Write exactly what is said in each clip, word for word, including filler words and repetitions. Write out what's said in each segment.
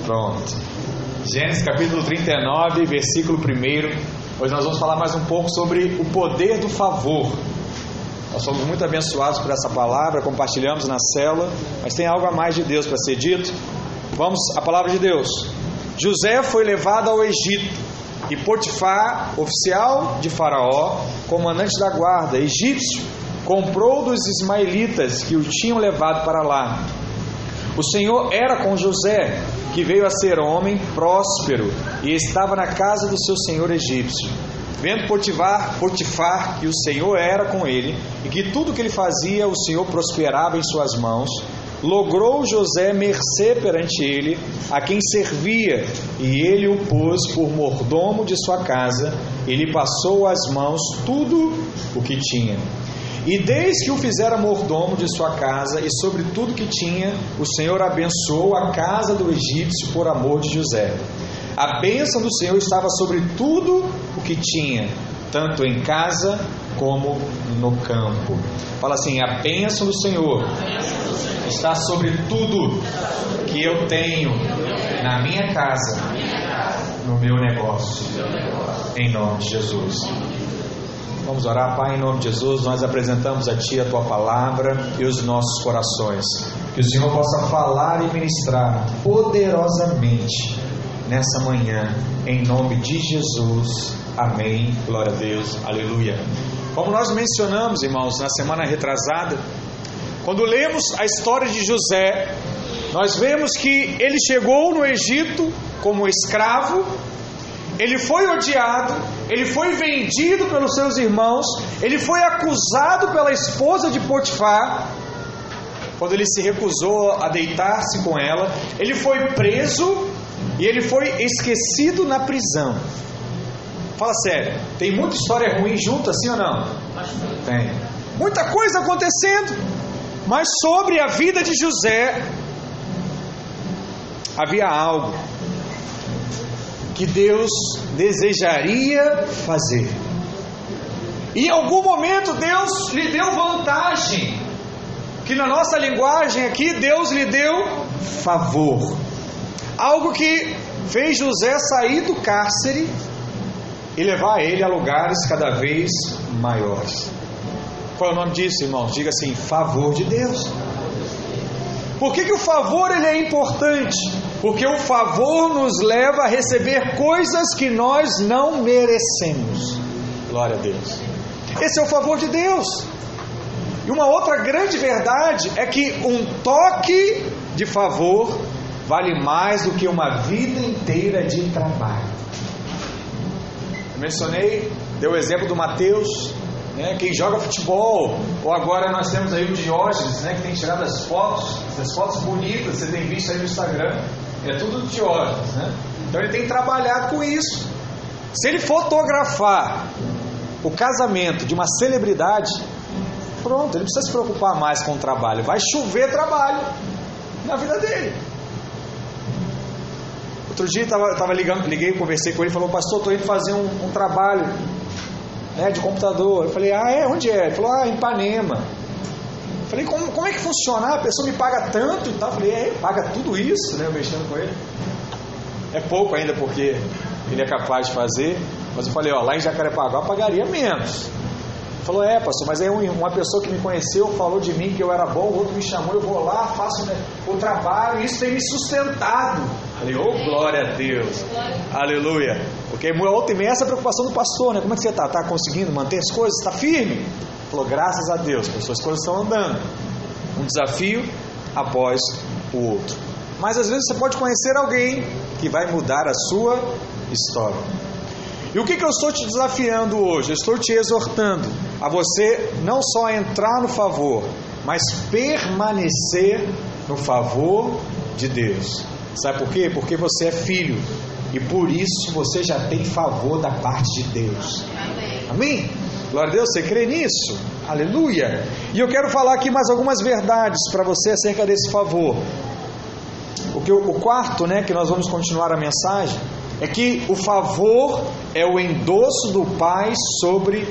Pronto. Gênesis capítulo trinta e nove, versículo um. Hoje nós vamos falar mais um pouco sobre o poder do favor. Nós somos muito abençoados por essa palavra, compartilhamos na célula, mas tem algo a mais de Deus para ser dito. Vamos à palavra de Deus. José foi levado ao Egito, e Potifar, oficial de Faraó, comandante da guarda egípcio, comprou dos ismaelitas que o tinham levado para lá. O Senhor era com José, que veio a ser homem próspero e estava na casa do seu senhor egípcio. Vendo Potifar, Potifar que o Senhor era com ele e que tudo que ele fazia o Senhor prosperava em suas mãos, logrou José mercê perante ele, a quem servia, e ele o pôs por mordomo de sua casa, e lhe passou às mãos tudo o que tinha. E desde que o fizera mordomo de sua casa e sobre tudo que tinha, o Senhor abençoou a casa do egípcio por amor de José. A bênção do Senhor estava sobre tudo o que tinha, tanto em casa como no campo. Fala assim: a bênção do Senhor está sobre tudo que eu tenho na minha casa, no meu negócio, em nome de Jesus. Vamos orar. Pai, em nome de Jesus, nós apresentamos a Ti a Tua palavra e os nossos corações. Que o Senhor possa falar e ministrar poderosamente nessa manhã, em nome de Jesus. Amém. Glória a Deus. Aleluia. Como nós mencionamos, irmãos, na semana retrasada, quando lemos a história de José, nós vemos que ele chegou no Egito como escravo. Ele foi odiado, ele foi vendido pelos seus irmãos, ele foi acusado pela esposa de Potifar, quando ele se recusou a deitar-se com ela. Ele foi preso e ele foi esquecido na prisão. Fala sério, tem muita história ruim junto, assim ou não? Tem. Muita coisa acontecendo, mas sobre a vida de José havia algo que Deus desejaria fazer. E em algum momento Deus lhe deu vantagem, que na nossa linguagem aqui Deus lhe deu favor. Algo que fez José sair do cárcere e levar ele a lugares cada vez maiores. Qual é o nome disso, irmãos? Diga assim: favor de Deus. Por que que o favor ele é importante? Porque o favor nos leva a receber coisas que nós não merecemos. Glória a Deus. Esse é o favor de Deus. E uma outra grande verdade é que um toque de favor vale mais do que uma vida inteira de trabalho. Eu mencionei, dei o exemplo do Mateus, né, quem joga futebol, ou agora nós temos aí o Diógenes, né, que tem tirado as fotos, as fotos bonitas, você tem visto aí no Instagram, é tudo do Diógenes, né? Então ele tem trabalhado com isso. Se ele fotografar o casamento de uma celebridade, pronto, ele não precisa se preocupar mais com o trabalho, vai chover trabalho na vida dele. Outro dia eu estava ligando, liguei, conversei com ele, falou: pastor, estou indo fazer um, um trabalho, né, de computador. Eu falei: ah, é? Onde é? Ele falou: ah, em Ipanema. Eu falei: como, como é que funciona? Ah, a pessoa me paga tanto e tal. Eu falei: é, paga tudo isso, né, eu mexendo com ele. É pouco ainda porque ele é capaz de fazer, mas eu falei: ó, lá em Jacarepaguá eu pagaria menos. Ele falou: é, pastor, mas aí uma pessoa que me conheceu falou de mim que eu era bom, o outro me chamou, eu vou lá, faço, né, o trabalho, e isso tem me sustentado. Eu falei: oh, glória a Deus, aleluia. Porque outra e meia é essa preocupação do pastor, né? Como é que você está? Está conseguindo manter as coisas? Está firme? Ele falou: graças a Deus, pessoal, as coisas estão andando. Um desafio após o outro. Mas às vezes você pode conhecer alguém que vai mudar a sua história. E o que, que eu estou te desafiando hoje? Eu estou te exortando a você não só entrar no favor, mas permanecer no favor de Deus. Sabe por quê? Porque você é filho e por isso você já tem favor da parte de Deus. Amém? Amém? Glória a Deus, você crê nisso? Aleluia! E eu quero falar aqui mais algumas verdades para você acerca desse favor. O, que, o quarto, né, que nós vamos continuar a mensagem, é que o favor é o endosso do Pai sobre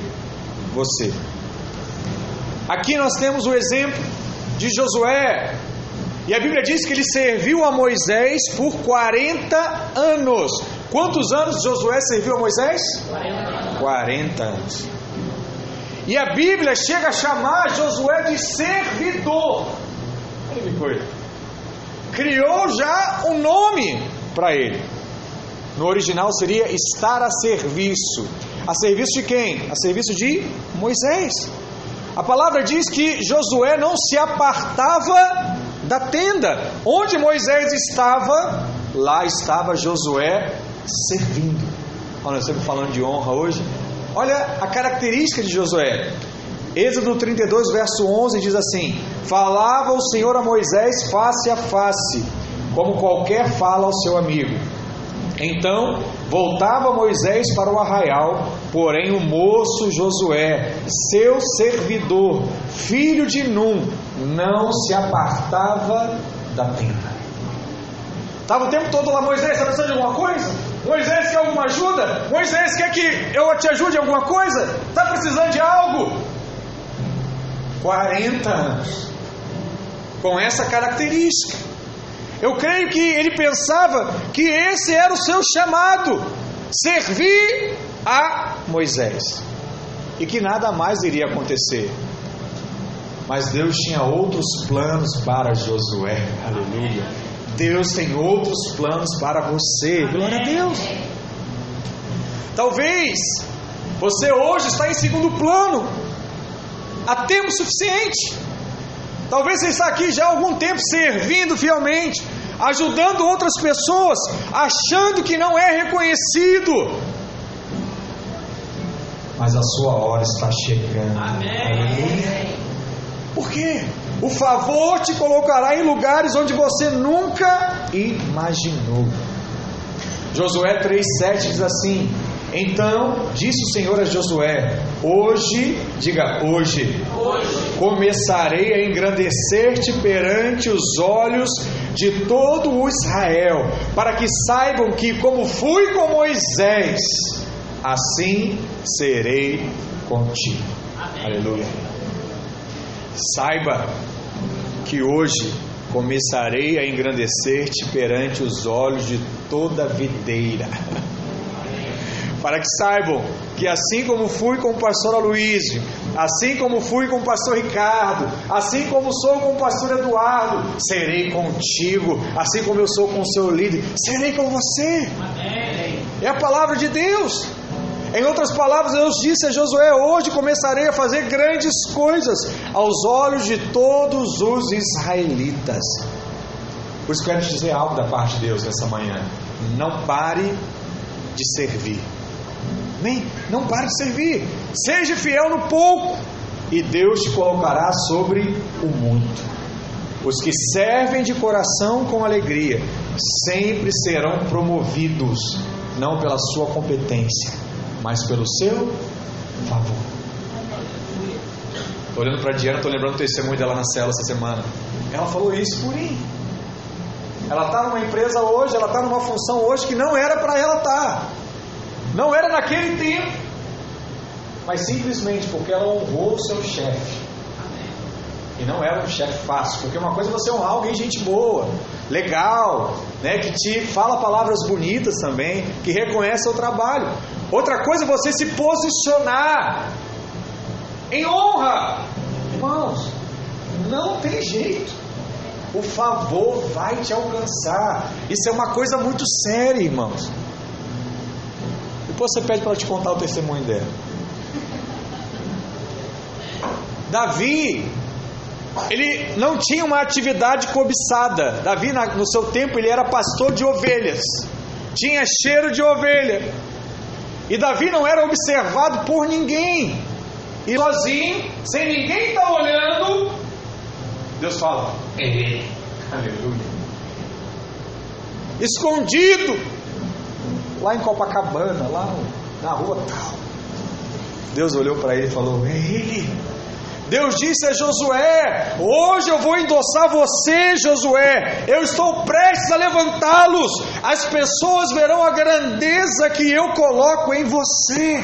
você. Aqui nós temos o exemplo de Josué, E a Bíblia diz que ele serviu a Moisés por quarenta anos. Quantos anos Josué serviu a Moisés? quarenta anos. E a Bíblia chega a chamar Josué de servidor. Olha que coisa. Criou já um nome para ele. No original seria estar a serviço. A serviço de quem? A serviço de Moisés. A palavra diz que Josué não se apartava da tenda. Onde Moisés estava, lá estava Josué servindo. Olha, nós estamos falando de honra hoje. Olha a característica de Josué. Êxodo trinta e dois, verso onze diz assim: falava o Senhor a Moisés face a face, como qualquer fala ao seu amigo. Então voltava Moisés para o arraial, porém o moço Josué, seu servidor, filho de Num, não se apartava da tenda. Estava o tempo todo lá: Moisés, está precisando de alguma coisa? Moisés, quer alguma ajuda? Moisés, quer que eu te ajude em alguma coisa? Está precisando de algo? quarenta anos com essa característica. Eu creio que ele pensava que esse era o seu chamado, servir a Moisés, e que nada mais iria acontecer. Mas Deus tinha outros planos para Josué. Aleluia. Deus tem outros planos para você. Glória a Deus. Talvez você hoje está em segundo plano há tempo suficiente. Talvez você está aqui já há algum tempo servindo fielmente, ajudando outras pessoas, achando que não é reconhecido. Mas a sua hora está chegando. Amém. Por quê? O favor te colocará em lugares onde você nunca imaginou. Josué três, sete diz assim: então disse o Senhor a Josué: hoje, diga hoje, hoje. começarei a engrandecer-te perante os olhos de todo o Israel, para que saibam que, como fui com Moisés, assim serei contigo. Amém. Aleluia. Saiba que hoje começarei a engrandecer-te perante os olhos de toda a videira. Para que saibam que assim como fui com o pastor Aloísio, assim como fui com o pastor Ricardo, assim como sou com o pastor Eduardo, serei contigo. Assim como eu sou com o seu líder, serei com você. Amém. É a palavra de Deus. Em outras palavras, Deus disse a Josué: hoje começarei a fazer grandes coisas aos olhos de todos os israelitas. Por isso quero te dizer algo da parte de Deus nessa manhã: não pare de servir. Nem, não pare de servir. Seja fiel no pouco, e Deus te colocará sobre o muito. Os que servem de coração com alegria sempre serão promovidos, não pela sua competência, mas pelo seu favor. Estou olhando para a Diana, estou lembrando o testemunho dela na célula essa semana. Ela falou isso por mim. Ela está numa empresa hoje, ela está numa função hoje que não era para ela estar. Não era naquele tempo, mas simplesmente porque ela honrou o seu chefe. E não era um chefe fácil, porque uma coisa é você honrar alguém, gente boa, legal, né, que te fala palavras bonitas também, que reconhece o trabalho. Outra coisa é você se posicionar em honra. Irmãos, não tem jeito. O favor vai te alcançar. Isso é uma coisa muito séria, irmãos. Depois você pede para eu te contar o testemunho dela. Davi, ele não tinha uma atividade cobiçada. Davi, no seu tempo, ele era pastor de ovelhas. Tinha cheiro de ovelha. E Davi não era observado por ninguém. E sozinho, sem ninguém estar olhando, Deus fala: é ele. Aleluia. Escondido lá em Copacabana, lá na rua tal. Deus olhou para ele e falou: é ele. Deus disse a Josué: hoje eu vou endossar você, Josué. Eu estou prestes a levantá-los. As pessoas verão a grandeza que eu coloco em você.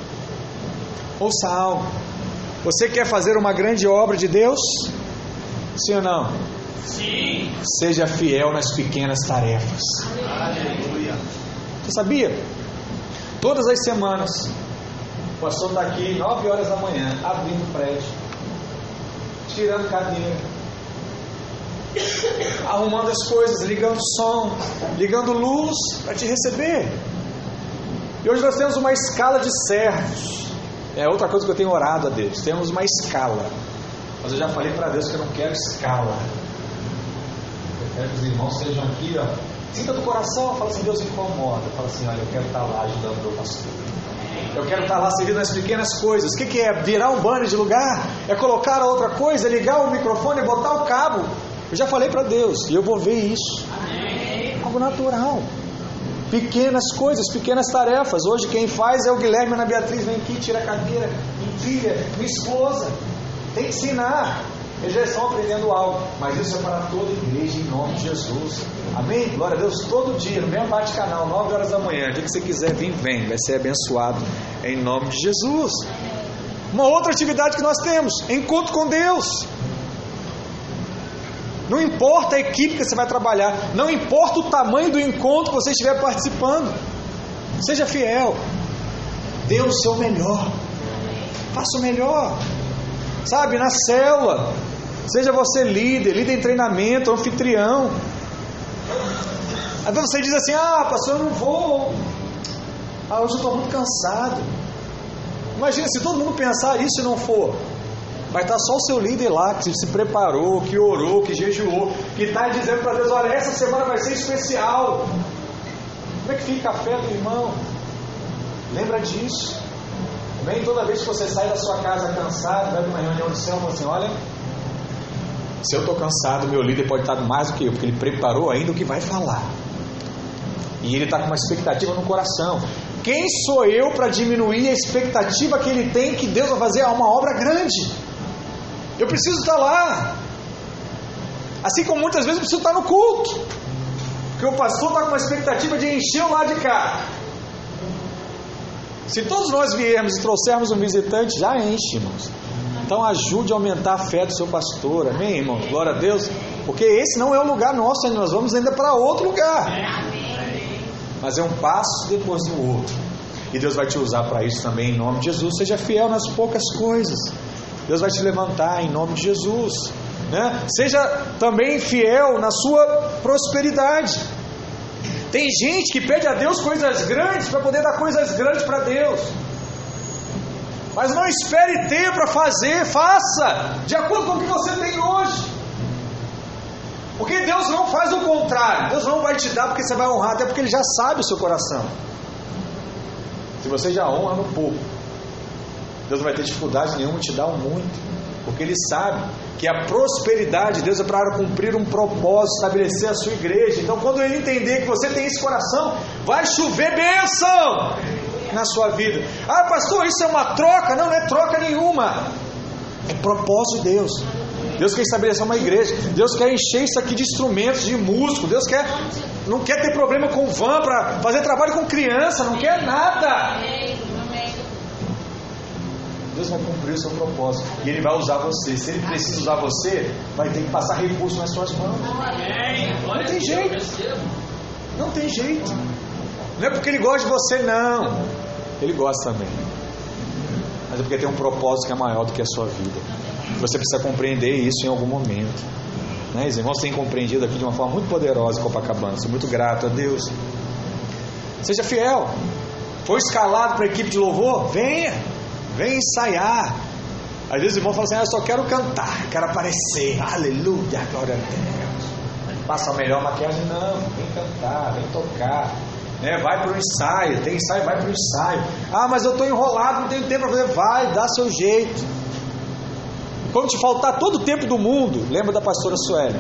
Ouça algo. Você quer fazer uma grande obra de Deus? Sim ou não? Sim. Seja fiel nas pequenas tarefas. Aleluia. Você sabia? Todas as semanas, o pastor está aqui nove horas da manhã, abrindo o prédio, tirando cadeira, arrumando as coisas, ligando som, ligando luz para te receber. E hoje nós temos uma escala de servos. É outra coisa que eu tenho orado a Deus. Temos uma escala. Mas eu já falei para Deus que eu não quero escala. Eu quero que os irmãos sejam aqui, ó. Sinta do coração, fala assim, Deus incomoda. Fala assim, olha, eu quero estar lá ajudando o meu pastor. Eu quero estar lá servindo nas pequenas coisas. O que, que é? Virar um banner de lugar? É colocar outra coisa? É ligar o microfone e botar o cabo? Eu já falei para Deus e eu vou ver isso. Algo natural. Pequenas coisas, pequenas tarefas. Hoje quem faz é o Guilherme e a Ana Beatriz. Vem aqui, tira a cadeira. Minha filha, minha esposa. Tem que ensinar. Eles já estão aprendendo algo. Mas isso é para toda a igreja em nome de Jesus. Amém? Glória a Deus. Todo dia, no mesmo bate-canal, nove horas da manhã. O dia que você quiser vir, vem. Vai ser abençoado em nome de Jesus. Uma outra atividade que nós temos: encontro com Deus. Não importa a equipe que você vai trabalhar, não importa o tamanho do encontro que você estiver participando, seja fiel, dê o seu melhor, faça o melhor, sabe, na célula, seja você líder, líder em treinamento, anfitrião. Às vezes você diz assim, ah pastor, eu não vou, ah, hoje eu estou muito cansado. Imagina se todo mundo pensar isso e não for. Vai estar só o seu líder lá, que se preparou, que orou, que jejuou, que está dizendo para Deus, olha, essa semana vai ser especial. Como é que fica a fé do irmão? Lembra disso. Também toda vez que você sai da sua casa cansado, vai para uma reunião de céu e fala assim, olha, se eu estou cansado, meu líder pode estar mais do que eu, porque ele preparou ainda o que vai falar. E ele está com uma expectativa no coração. Quem sou eu para diminuir a expectativa que ele tem que Deus vai fazer uma obra grande? Eu preciso estar lá. Assim como muitas vezes eu preciso estar no culto, porque o pastor está com uma expectativa de encher o lado de cá. Se todos nós viermos e trouxermos um visitante, já enche, irmãos. Então ajude a aumentar a fé do seu pastor, amém, irmão? Glória a Deus. Porque esse não é o lugar nosso ainda, nós vamos ainda para outro lugar. Mas é um passo depois do outro. E Deus vai te usar para isso também em nome de Jesus. Seja fiel nas poucas coisas. Deus vai te levantar em nome de Jesus, né? Seja também fiel na sua prosperidade. Tem gente que pede a Deus coisas grandes para poder dar coisas grandes para Deus. Mas não espere ter para fazer, faça de acordo com o que você tem hoje. Porque Deus não faz o contrário. Deus não vai te dar porque você vai honrar, até porque Ele já sabe o seu coração. Se você já honra no pouco, Deus não vai ter dificuldade nenhuma em te dar o muito, porque Ele sabe que a prosperidade de Deus é para cumprir um propósito, estabelecer a sua igreja. Então quando Ele entender que você tem esse coração, vai chover bênção na sua vida. Ah pastor, isso é uma troca? Não, não é troca nenhuma, é propósito de Deus. Deus quer estabelecer uma igreja, Deus quer encher isso aqui de instrumentos, de músico, Deus quer, não quer ter problema com van para fazer trabalho com criança, não quer nada. Deus vai cumprir o seu propósito e Ele vai usar você. Se Ele precisa usar você, vai ter que passar recurso nas suas mãos. Não tem jeito. Não tem jeito. Não é porque Ele gosta de você, não. Ele gosta também. Mas é porque tem um propósito que é maior do que a sua vida. Você precisa compreender isso em algum momento, né? Os irmãos têm compreendido aqui de uma forma muito poderosa em Copacabana. Sou muito grato a Deus. Seja fiel. Foi escalado para a equipe de louvor? Venha. Venha ensaiar. Às vezes o irmão fala assim, ah, eu só quero cantar, quero aparecer, aleluia, glória a Deus. Passa a melhor maquiagem? Não, vem cantar, vem tocar, né? Vai para o ensaio, tem ensaio, vai para o ensaio. Ah, mas eu estou enrolado, não tenho tempo para fazer. Vai, dá seu jeito. Quando te faltar todo o tempo do mundo, lembra da pastora Sueli.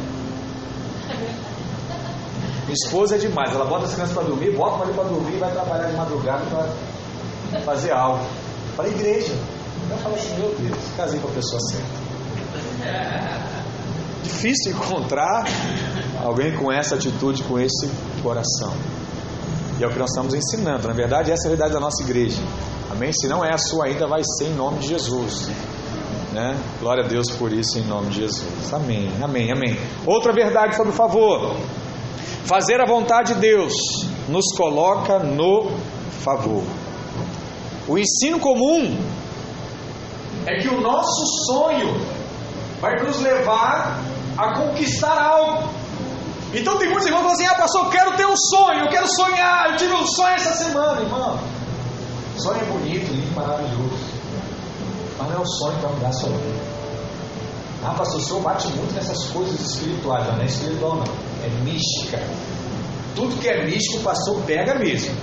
Minha esposa é demais, ela bota as crianças para dormir, bota para ali para dormir e vai trabalhar de madrugada para fazer algo para a igreja. Eu falo assim, meu Deus, casei com a pessoa certa. Difícil encontrar alguém com essa atitude, com esse coração. E é o que nós estamos ensinando. Na verdade, essa é a verdade da nossa igreja. Amém? Se não é a sua ainda, vai ser em nome de Jesus. né? Glória a Deus por isso, em nome de Jesus. Amém, amém, amém. Outra verdade sobre o favor: fazer a vontade de Deus nos coloca no favor. O ensino comum é que o nosso sonho vai nos levar a conquistar algo. Então tem muitos irmãos que falam assim: ah, pastor, eu quero ter um sonho, eu quero sonhar, eu tive um sonho essa semana. Irmão, sonho é bonito, lindo, maravilhoso, mas não é o sonho que vai mudar a sua vida. Ah, pastor, o senhor bate muito nessas coisas espirituais. Não é espiritual não, é mística. Tudo que é místico, o pastor pega mesmo,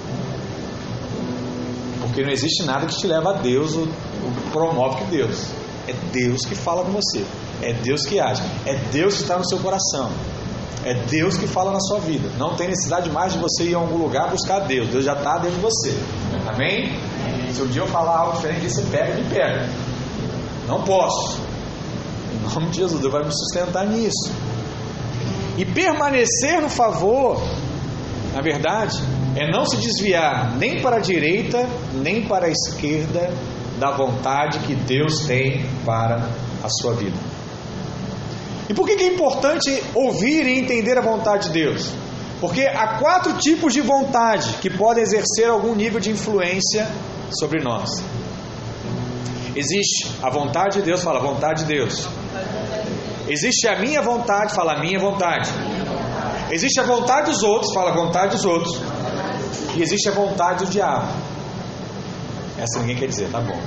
porque não existe nada que te leva a Deus, o, o promove que Deus. É Deus que fala com você, é Deus que age, é Deus que está no seu coração, é Deus que fala na sua vida. Não tem necessidade mais de você ir a algum lugar buscar Deus, Deus já está dentro de você. Amém? Se um dia eu falar algo diferente, você pega, me pega. Não posso. Em nome de Jesus, Deus vai me sustentar nisso. E permanecer no favor, na verdade, é não se desviar nem para a direita, nem para a esquerda da vontade que Deus tem para a sua vida. E por que é importante ouvir e entender a vontade de Deus? Porque há quatro tipos de vontade que podem exercer algum nível de influência sobre nós. Existe a vontade de Deus, fala a vontade de Deus. Existe a minha vontade, fala a minha vontade. Existe a vontade dos outros, fala a vontade dos outros. E existe a vontade do diabo. Essa ninguém quer dizer, tá bom.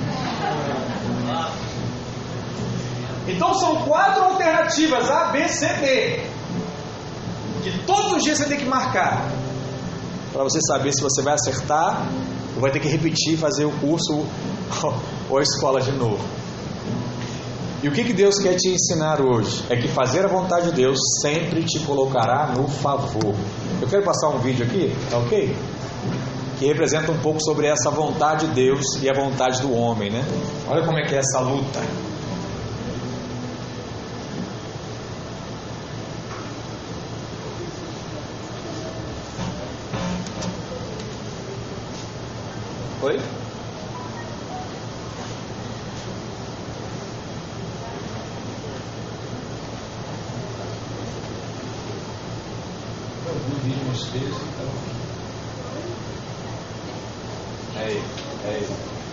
Então são quatro alternativas, A, B, C, D, que todos os dias você tem que marcar, para você saber se você vai acertar ou vai ter que repetir, fazer o curso ou a escola de novo. E o que, que Deus quer te ensinar hoje? É que fazer a vontade de Deus sempre te colocará no favor. Eu quero passar um vídeo aqui, tá ok? Que representa um pouco sobre essa vontade de Deus e a vontade do homem, né? Olha como é que é essa luta. Oi? Eu vi o vídeo no espelho, então. É ele, é ele.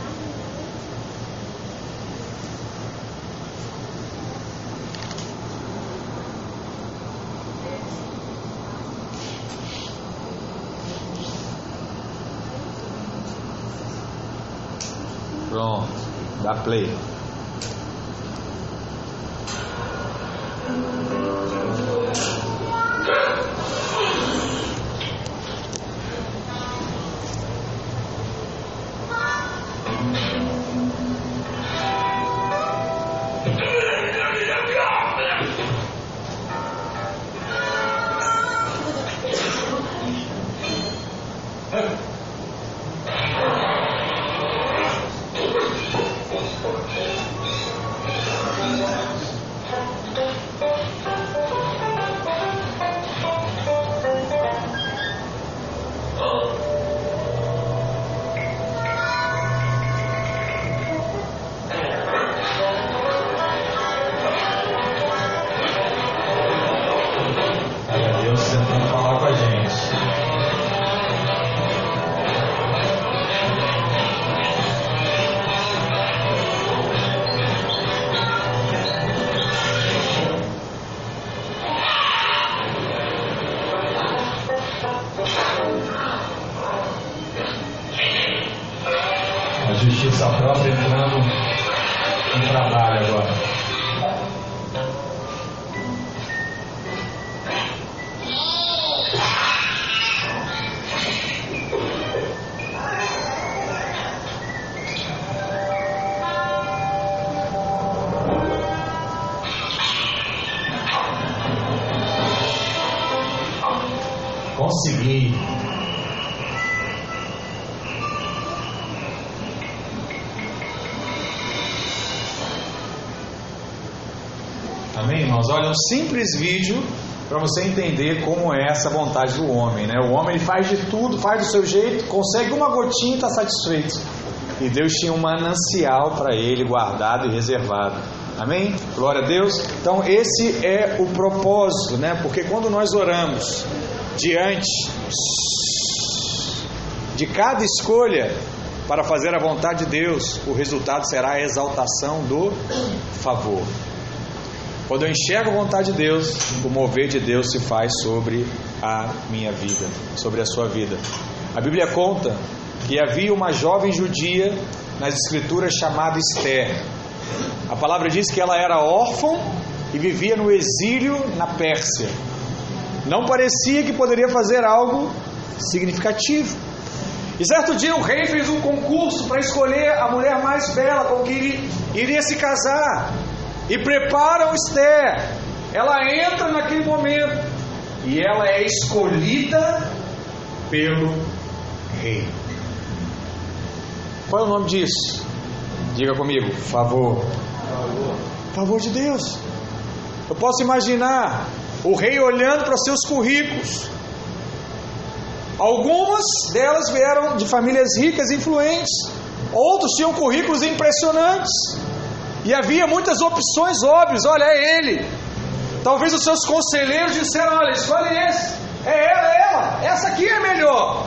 Pronto, dá play. Justiça própria entrando em trabalho agora. Consegui. Amém, irmãos? Olha, um simples vídeo para você entender como é essa vontade do homem, né? O homem ele faz de tudo, faz do seu jeito, consegue uma gotinha e está satisfeito. E Deus tinha um manancial para ele guardado e reservado. Amém? Glória a Deus. Então esse é o propósito, né? Porque quando nós oramos diante de cada escolha para fazer a vontade de Deus, o resultado será a exaltação do favor. Quando eu enxergo a vontade de Deus, o mover de Deus se faz sobre a minha vida, sobre a sua vida. A Bíblia conta que havia uma jovem judia nas Escrituras chamada Esther. A palavra diz que ela era órfã e vivia no exílio na Pérsia. Não parecia que poderia fazer algo significativo. E certo dia o rei fez um concurso para escolher a mulher mais bela com que ele iria se casar. E preparam Esther. Ela entra naquele momento e ela é escolhida pelo rei. Qual é o nome disso? Diga comigo, favor. Favor. Favor de Deus. Eu posso imaginar o rei olhando para os seus currículos. Algumas delas vieram de famílias ricas e influentes. Outros tinham currículos impressionantes. E havia muitas opções óbvias. Olha, é ele. Talvez os seus conselheiros disseram: olha, escolhe esse. É ela, é ela. Essa aqui é melhor.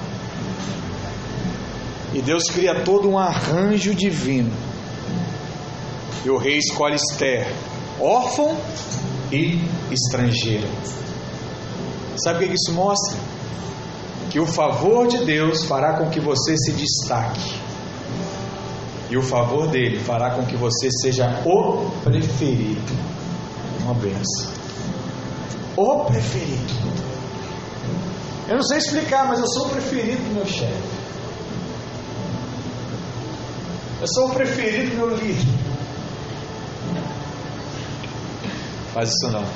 E Deus cria todo um arranjo divino. E o rei escolhe Esther, órfã e estrangeira. Sabe o que isso mostra? Que o favor de Deus fará com que você se destaque. E o favor dele fará com que você seja o preferido. Uma bênção. O preferido. Eu não sei explicar, mas eu sou o preferido do meu chefe. Eu sou o preferido do meu líder. Faz isso não.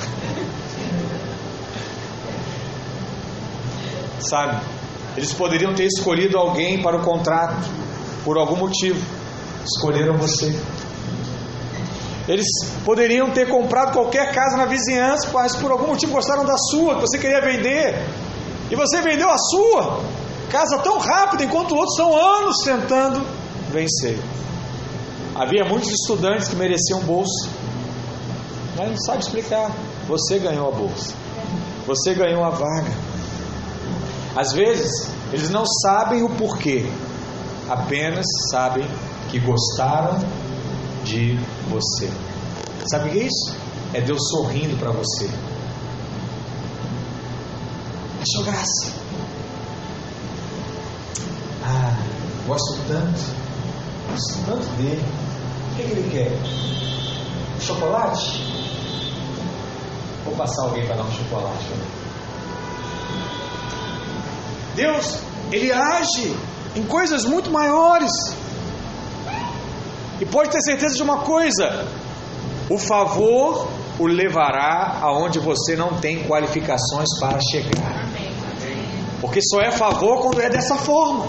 Sabe? Eles poderiam ter escolhido alguém para o contrato por algum motivo. Escolheram você. Eles poderiam ter comprado qualquer casa na vizinhança, mas por algum motivo gostaram da sua, que você queria vender. E você vendeu a sua casa tão rápido, enquanto outros estão anos tentando vencer. Havia muitos estudantes que mereciam bolsa, mas não sabe explicar. Você ganhou a bolsa. Você ganhou a vaga. Às vezes, eles não sabem o porquê, apenas sabem que gostaram de você. Sabe o que é isso? É Deus sorrindo para você. Achou graça? Ah, gosto tanto. Gosto tanto dele. O que, que ele quer? Chocolate? Vou passar alguém para dar um chocolate. Deus, Ele age em coisas muito maiores. E pode ter certeza de uma coisa: o favor o levará aonde você não tem qualificações para chegar. Porque só é favor quando é dessa forma.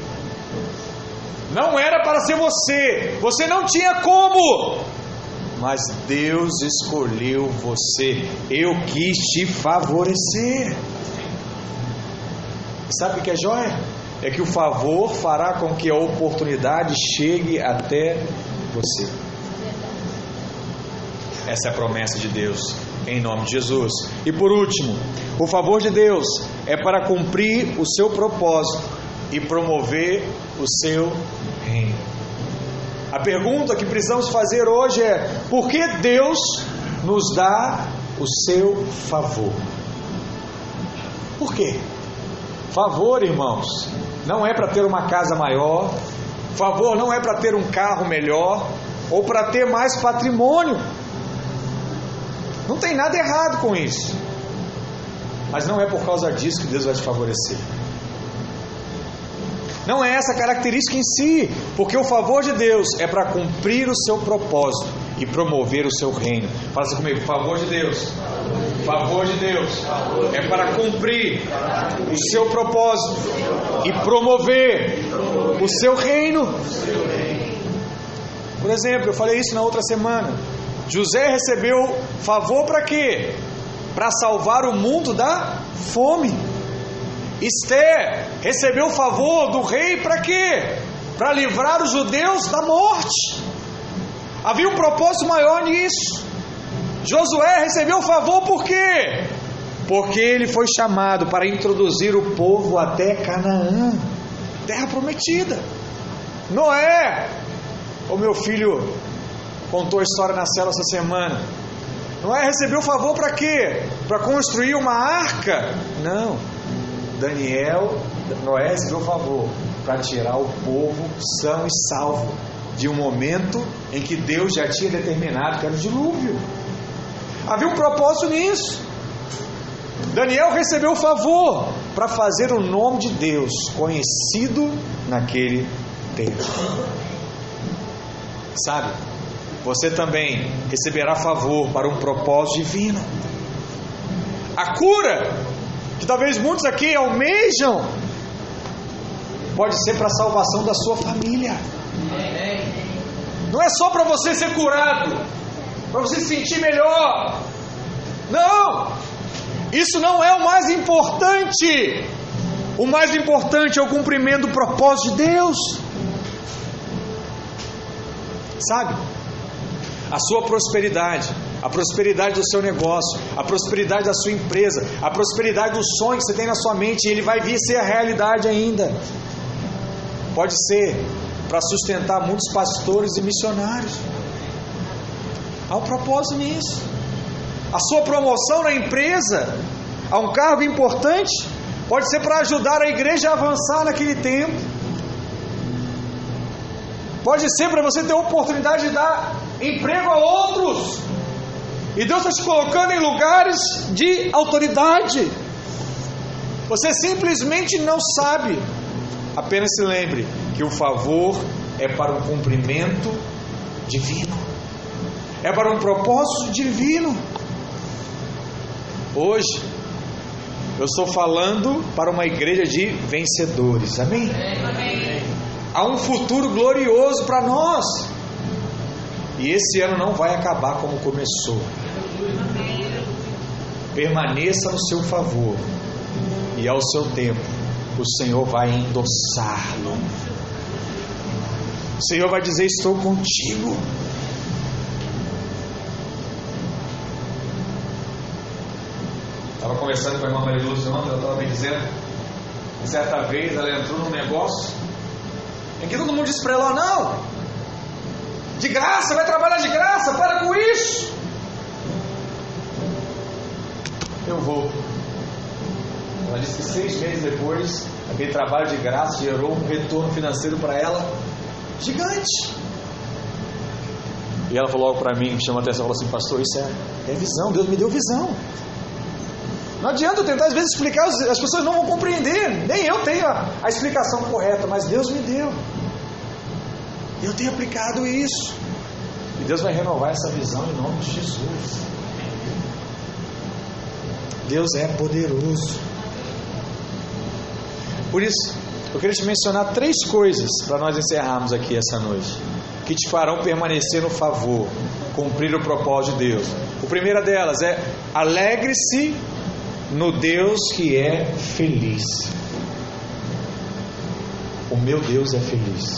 Não era para ser você, você não tinha como, mas Deus escolheu você. Eu quis te favorecer. Sabe o que é joia? É que o favor fará com que a oportunidade chegue até você. Essa é a promessa de Deus, em nome de Jesus. E por último, o favor de Deus é para cumprir o seu propósito e promover o seu reino. A pergunta que precisamos fazer hoje é: por que Deus nos dá o seu favor? Por quê? Favor, irmãos, não é para ter uma casa maior. Favor não é para ter um carro melhor ou para ter mais patrimônio. Não tem nada errado com isso. Mas não é por causa disso que Deus vai te favorecer. Não é essa característica em si, porque o favor de Deus é para cumprir o seu propósito e promover o seu reino. Fala assim comigo: favor de Deus. Favor de Deus é para cumprir o seu propósito e promover o seu reino. Por exemplo, eu falei isso na outra semana. José recebeu favor para quê? Para salvar o mundo da fome. Esther recebeu o favor do rei para quê? para livrar os judeus da morte. Havia um propósito maior nisso. Josué recebeu favor por quê? Porque ele foi chamado para introduzir o povo até Canaã, terra prometida. Noé, o meu filho contou a história na célula essa semana. Noé recebeu favor para quê? Para construir uma arca? Não. Daniel, Noé recebeu favor para tirar o povo são e salvo de um momento em que Deus já tinha determinado que era o dilúvio. Havia um propósito nisso. Daniel recebeu favor para fazer o nome de Deus conhecido naquele tempo. Sabe? Você também receberá favor para um propósito divino. A cura, que talvez muitos aqui almejam, pode ser para a salvação da sua família. Não é só para você ser curado, para você se sentir melhor. Não! Isso não é o mais importante. O mais importante é o cumprimento do propósito de Deus. Sabe? A sua prosperidade, a prosperidade do seu negócio, a prosperidade da sua empresa, a prosperidade do sonho que você tem na sua mente, ele vai vir ser a realidade ainda. Pode ser para sustentar muitos pastores e missionários. Há um propósito nisso. A sua promoção na empresa a um cargo importante pode ser para ajudar a igreja a avançar naquele tempo. Pode ser para você ter a oportunidade de dar emprego a outros. E Deus está te colocando em lugares de autoridade. Você simplesmente não sabe. Apenas se lembre que o favor é para um cumprimento divino. É para um propósito divino. Hoje, eu estou falando para uma igreja de vencedores. Amém? Amém. Há um futuro glorioso para nós. E esse ano não vai acabar como começou. Permaneça no seu favor. E ao seu tempo, o Senhor vai endossá-lo. O Senhor vai dizer: estou contigo. Estava conversando com a irmã Maria Lúcia ontem, ela estava me dizendo que certa vez ela entrou num negócio em que todo mundo disse para ela: não, de graça, vai trabalhar de graça, para com isso. Eu vou. Ela disse que seis meses depois, aquele trabalho de graça gerou um retorno financeiro para ela gigante. E ela falou algo para mim, me chamou a atenção, falou assim: pastor, isso é, é visão, Deus me deu visão. Não adianta eu tentar às vezes explicar, as pessoas não vão compreender, nem eu tenho a, a explicação correta, mas Deus me deu. Eu tenho aplicado isso. E Deus vai renovar essa visão em nome de Jesus. Deus é poderoso. Por isso, eu queria te mencionar três coisas para nós encerrarmos aqui essa noite, que te farão permanecer no favor, cumprir o propósito de Deus. A primeira delas é: alegre-se no Deus que é feliz. O meu Deus é feliz.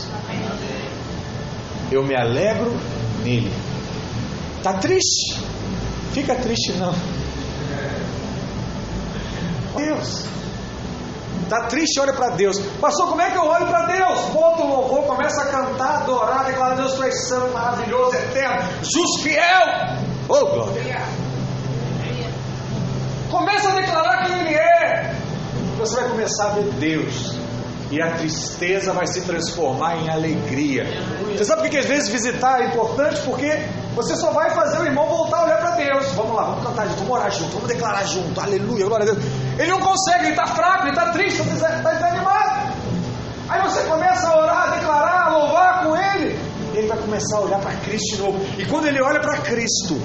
Eu me alegro nele. Está triste? Fica triste não. Deus. Está triste, olha para Deus. Pastor, como é que eu olho para Deus? Bota o louvor, começa a cantar, adorar, declarar: Deus, tu és santo, maravilhoso, eterno, justo, fiel. Oh, glória. Começa a declarar quem Ele é. Você vai começar a ver Deus. E a tristeza vai se transformar em alegria. Você sabe por que às vezes visitar é importante? Porque você só vai fazer o irmão voltar a olhar para Deus. Vamos lá, vamos cantar junto, vamos orar junto, vamos declarar junto. Aleluia, glória a Deus. Ele não consegue, ele está fraco, ele está triste, ele está desanimado. Aí você começa a orar, a declarar, a louvar com Ele. Ele vai começar a olhar para Cristo de novo. E quando ele olha para Cristo,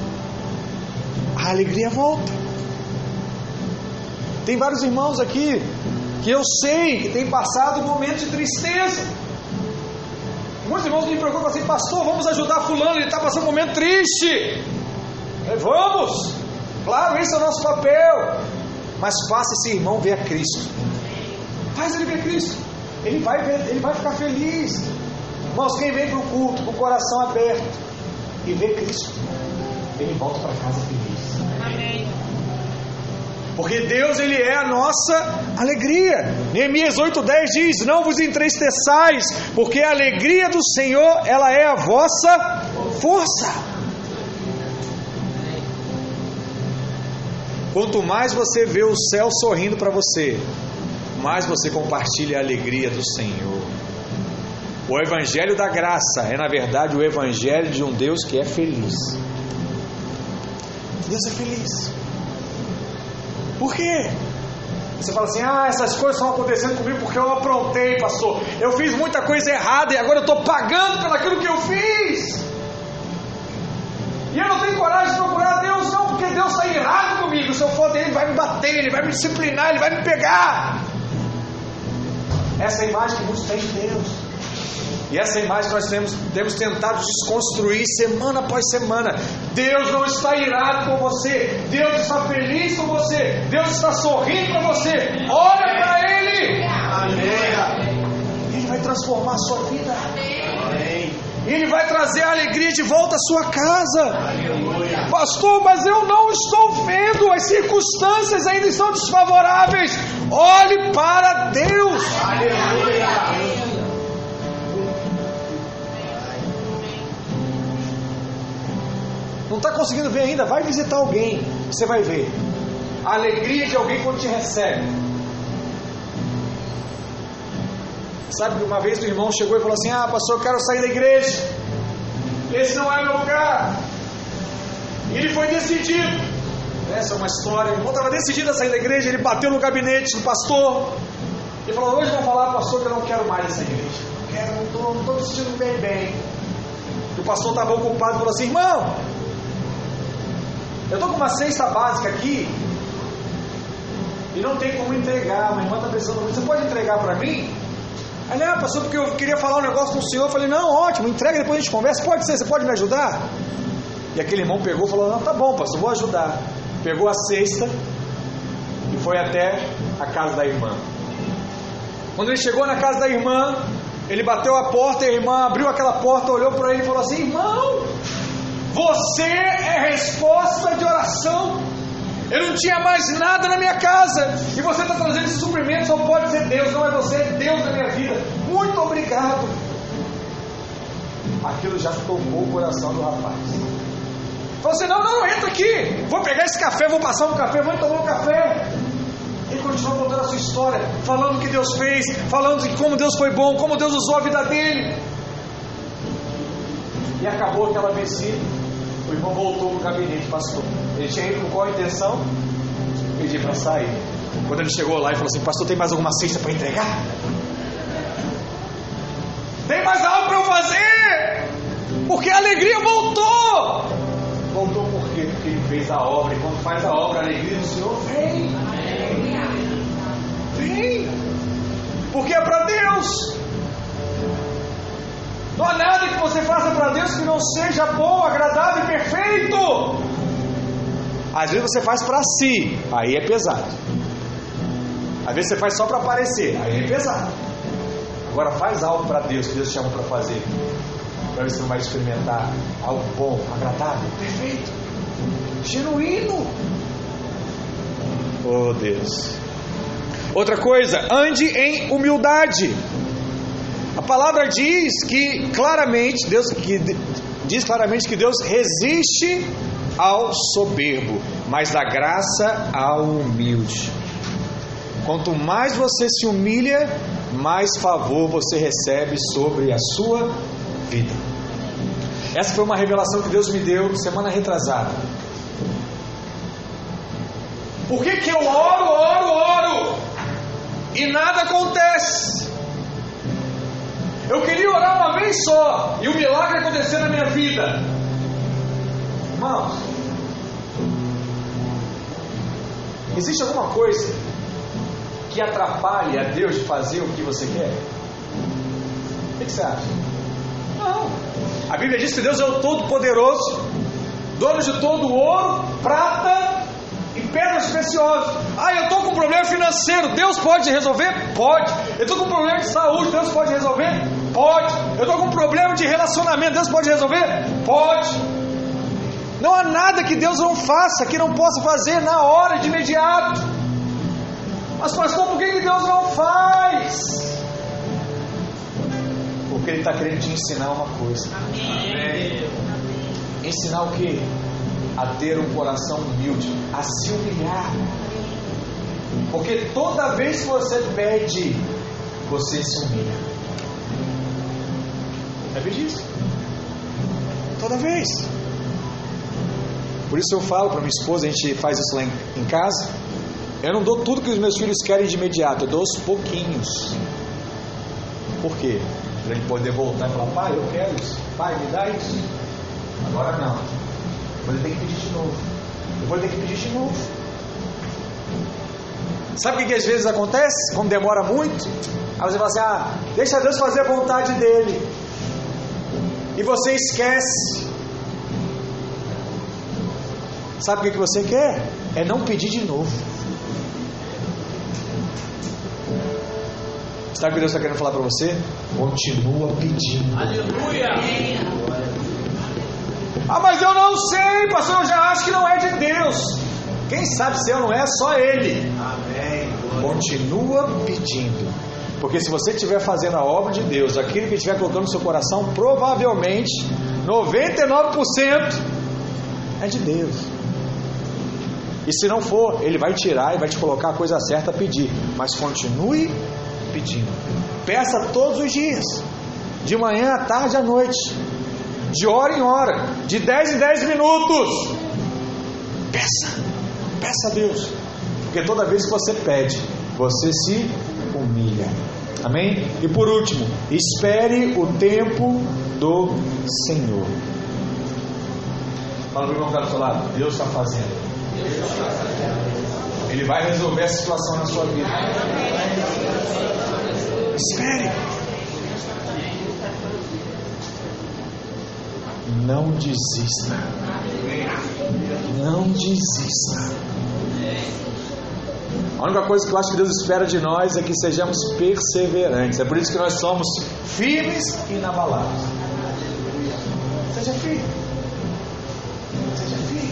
a alegria volta. Tem vários irmãos aqui que eu sei que tem passado um momento de tristeza. Muitos irmãos me preocupam assim: pastor, vamos ajudar fulano, ele está passando um momento triste. Eu, vamos, claro, esse é o nosso papel. Mas faça esse irmão ver a Cristo. Faz ele ver Cristo. ele vai, ver, ele vai ficar feliz. Irmãos, quem vem para o culto com o coração aberto e vê Cristo, ele volta para casa feliz. Amém. Porque Deus, Ele é a nossa alegria. Neemias oito dez diz: não vos entristeçais, porque a alegria do Senhor, ela é a vossa força. Quanto mais você vê o céu sorrindo para você, mais você compartilha a alegria do Senhor. O Evangelho da graça é, na verdade, o Evangelho de um Deus que é feliz. Deus é feliz. Por quê? Você fala assim: ah, essas coisas estão acontecendo comigo porque eu aprontei, pastor. Eu fiz muita coisa errada e agora eu estou pagando pelo aquilo que eu fiz. E eu não tenho coragem de procurar Deus, não, porque Deus está irado comigo. Se eu for dele, Ele vai me bater, Ele vai me disciplinar, Ele vai me pegar. Essa é a imagem que muitos têm de Deus. E essa imagem nós temos, temos tentado desconstruir semana após semana. Deus não está irado com você. Deus está feliz com você. Deus está sorrindo com você. Olha para Ele. Ele vai transformar a sua vida. Ele vai trazer a alegria de volta à sua casa. Pastor, mas eu não estou vendo. As circunstâncias ainda estão desfavoráveis. Olhe para Deus. Aleluia. Não está conseguindo ver ainda? Vai visitar alguém, você vai ver a alegria de alguém quando te recebe. Sabe que uma vez o irmão chegou e falou assim: ah, pastor, eu quero sair da igreja, esse não é meu lugar. E ele foi decidido. Essa é uma história. O irmão estava decidido a sair da igreja. Ele bateu no gabinete do pastor e falou: hoje eu vou falar, pastor, que eu não quero mais essa igreja. Não quero, não estou não estou me sentindo bem bem. E o pastor estava ocupado e falou assim: irmão, eu estou com uma cesta básica aqui e não tem como entregar. Minha irmã está precisando muito. Você pode entregar para mim? Aí, ah, pastor, porque eu queria falar um negócio com o senhor. Eu falei: não, ótimo, entrega, depois a gente conversa. Pode ser, você pode me ajudar? E aquele irmão pegou e falou: não, tá bom, pastor, vou ajudar. Pegou a cesta e foi até a casa da irmã. Quando ele chegou na casa da irmã, ele bateu a porta e a irmã abriu aquela porta, olhou para ele e falou assim: irmão, você é resposta de oração. Eu não tinha mais nada na minha casa e você está trazendo esse suprimento. Só pode ser Deus, não é você, é Deus na minha vida. Muito obrigado. Aquilo já tocou o coração do rapaz. Falou assim: não, não, entra aqui, vou pegar esse café, vou passar um café, vou tomar um café. Ele continuou contando a sua história, falando o que Deus fez, falando de como Deus foi bom, como Deus usou a vida dele. E acabou aquela visita. O irmão voltou para o gabinete, pastor. Ele tinha ido com qual intenção? Pedir para sair. Quando ele chegou lá e falou assim: pastor, tem mais alguma cesta para entregar? Tem mais algo para eu fazer? Porque a alegria voltou. Voltou por quê? Porque ele fez a obra. E quando faz a obra, a alegria do Senhor vem. Vem. Porque é para Deus. Não há nada que você faça para Deus que não seja bom, agradável e perfeito. Às vezes você faz para si, aí é pesado. Às vezes você faz só para aparecer, aí é pesado. Agora faz algo para Deus que Deus te chama para fazer, para ver se não vai experimentar algo bom, agradável, perfeito, genuíno. Oh Deus. Outra coisa, ande em humildade. A palavra diz que claramente, Deus que diz claramente que Deus resiste ao soberbo, mas dá graça ao humilde. Quanto mais você se humilha, mais favor você recebe sobre a sua vida. Essa foi uma revelação que Deus me deu semana retrasada. Por que que eu oro, oro, oro e nada acontece? Eu queria orar uma vez só e o milagre acontecer na minha vida. Irmãos, existe alguma coisa que atrapalhe a Deus de fazer o que você quer? O que você acha? Não. A Bíblia diz que Deus é o Todo-Poderoso, dono de todo ouro, prata e pedras preciosas. Ah, eu estou com um problema financeiro, Deus pode resolver? Pode. Eu estou com um problema de saúde, Deus pode resolver? Pode. Eu estou com um problema de relacionamento, Deus pode resolver? Pode. Não há nada que Deus não faça, que não possa fazer na hora, de imediato. Mas pastor, por que que Deus não faz? Porque Ele está querendo te ensinar uma coisa. Amém. Ensinar o quê? A ter um coração humilde, a se humilhar. Porque toda vez que você pede, você se humilha. Sabe disso? Toda vez. Por isso eu falo para minha esposa, a gente faz isso lá em, em casa. Eu não dou tudo que os meus filhos querem de imediato, eu dou aos pouquinhos. Por quê? Para ele poder voltar e falar: pai, eu quero isso, pai, me dá isso. Agora não. Depois ele tem que pedir de novo. Depois ele tem que pedir de novo. Sabe o que, que às vezes acontece? Quando demora muito, aí você fala assim: ah, deixa Deus fazer a vontade dele. E você esquece. Sabe o que, que você quer? É não pedir de novo. Sabe o que Deus está querendo falar para você? Continua pedindo. Aleluia! Ah, mas eu não sei, pastor, eu já acho que não é de Deus. Quem sabe se eu não é, só Ele. Amém. Continua pedindo. Porque se você estiver fazendo a obra de Deus, aquilo que estiver colocando no seu coração, provavelmente noventa e nove por cento é de Deus. E se não for, Ele vai tirar e vai te colocar a coisa certa a pedir. Mas continue pedindo. Peça todos os dias, de manhã, à tarde, à noite, de hora em hora, de dez em dez minutos. Peça, peça a Deus. Porque toda vez que você pede, você se humilha. Amém? E por último, espere o tempo do Senhor. Fala para o irmão que está do seu lado: Deus está fazendo. Ele vai resolver a situação na sua vida. Espere. Não desista. Não desista. A única coisa que eu acho que Deus espera de nós é que sejamos perseverantes. É por isso que nós somos firmes e inabaláveis. Seja firme. Seja firme.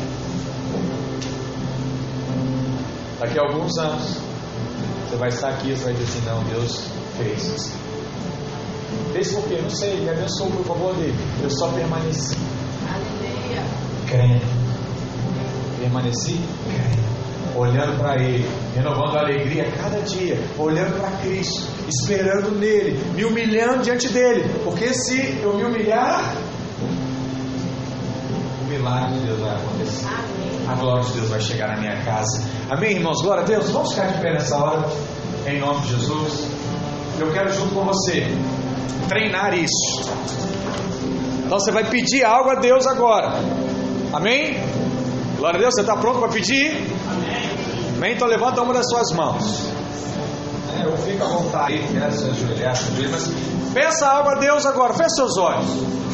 Daqui a alguns anos, você vai estar aqui e você vai dizer assim: não, Deus fez. Fez por quê? Não sei, Ele abençoou por favor dele. Eu só permaneci. Crendo. Permaneci crendo. Olhando para Ele, renovando a alegria a cada dia, olhando para Cristo, esperando nele, me humilhando diante dele. Porque se eu me humilhar, o milagre de Deus vai acontecer. A glória de Deus vai chegar na minha casa. Amém, irmãos? Glória a Deus. Vamos ficar de pé nessa hora, em nome de Jesus. Eu quero junto com você treinar isso. Então você vai pedir algo a Deus agora. Amém? Glória a Deus. Você está pronto para pedir? Amém. Amém? Então levanta uma das suas mãos. É, eu fico à vontade. Quero se ajoelhar, mas peça algo a Deus agora. Feche seus olhos.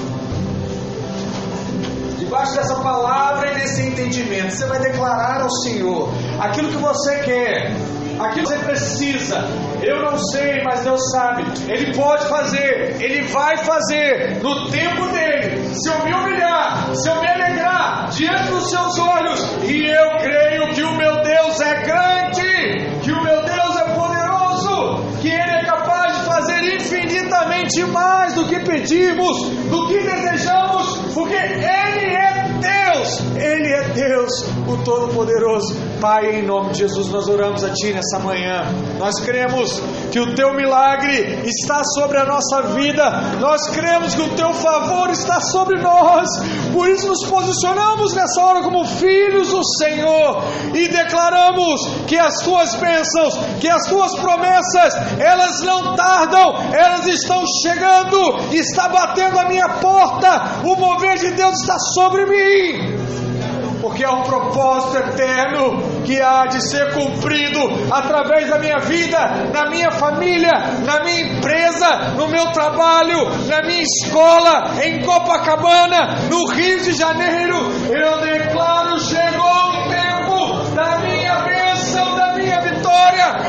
Debaixo dessa palavra e desse entendimento, você vai declarar ao Senhor aquilo que você quer, aquilo que você precisa. Eu não sei, mas Deus sabe. Ele pode fazer, Ele vai fazer no tempo dele. Se eu me humilhar, se eu me alegrar diante dos seus olhos, e eu creio que o meu Deus é grande, que o meu Deus é poderoso, que Ele é capaz de fazer infinitamente mais do que pedimos, do que desejamos, porque Ele é Deus, Ele é Deus, o Todo-Poderoso. Pai, em nome de Jesus, nós oramos a Ti nessa manhã. Nós cremos que o Teu milagre está sobre a nossa vida. Nós cremos que o Teu favor está sobre nós. Por isso nos posicionamos nessa hora como filhos do Senhor e declaramos que as Tuas bênçãos, que as Tuas promessas, elas não tardam, elas estão chegando, está batendo a minha porta. O mover de Deus está sobre mim, porque há um propósito eterno que há de ser cumprido através da minha vida, na minha família, na minha empresa, no meu trabalho, na minha escola, em Copacabana, no Rio de Janeiro. Eu declaro: chegou o tempo da minha bênção, da minha vitória.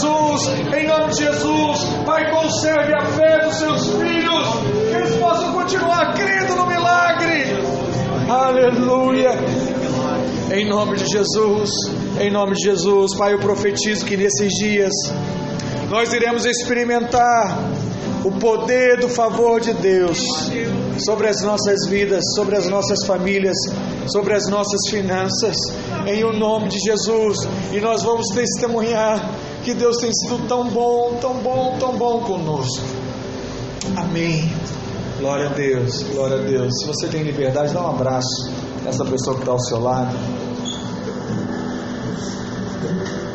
Jesus, em nome de Jesus, Pai, conserve a fé dos seus filhos, que eles possam continuar crendo no milagre. Aleluia. Em nome de Jesus, em nome de Jesus, Pai, eu profetizo que nesses dias nós iremos experimentar o poder do favor de Deus sobre as nossas vidas, sobre as nossas famílias, sobre as nossas finanças, em o nome de Jesus. E nós vamos testemunhar que Deus tem sido tão bom, tão bom, tão bom conosco. Amém. Glória a Deus, glória a Deus. Se você tem liberdade, dá um abraço a essa pessoa que está ao seu lado.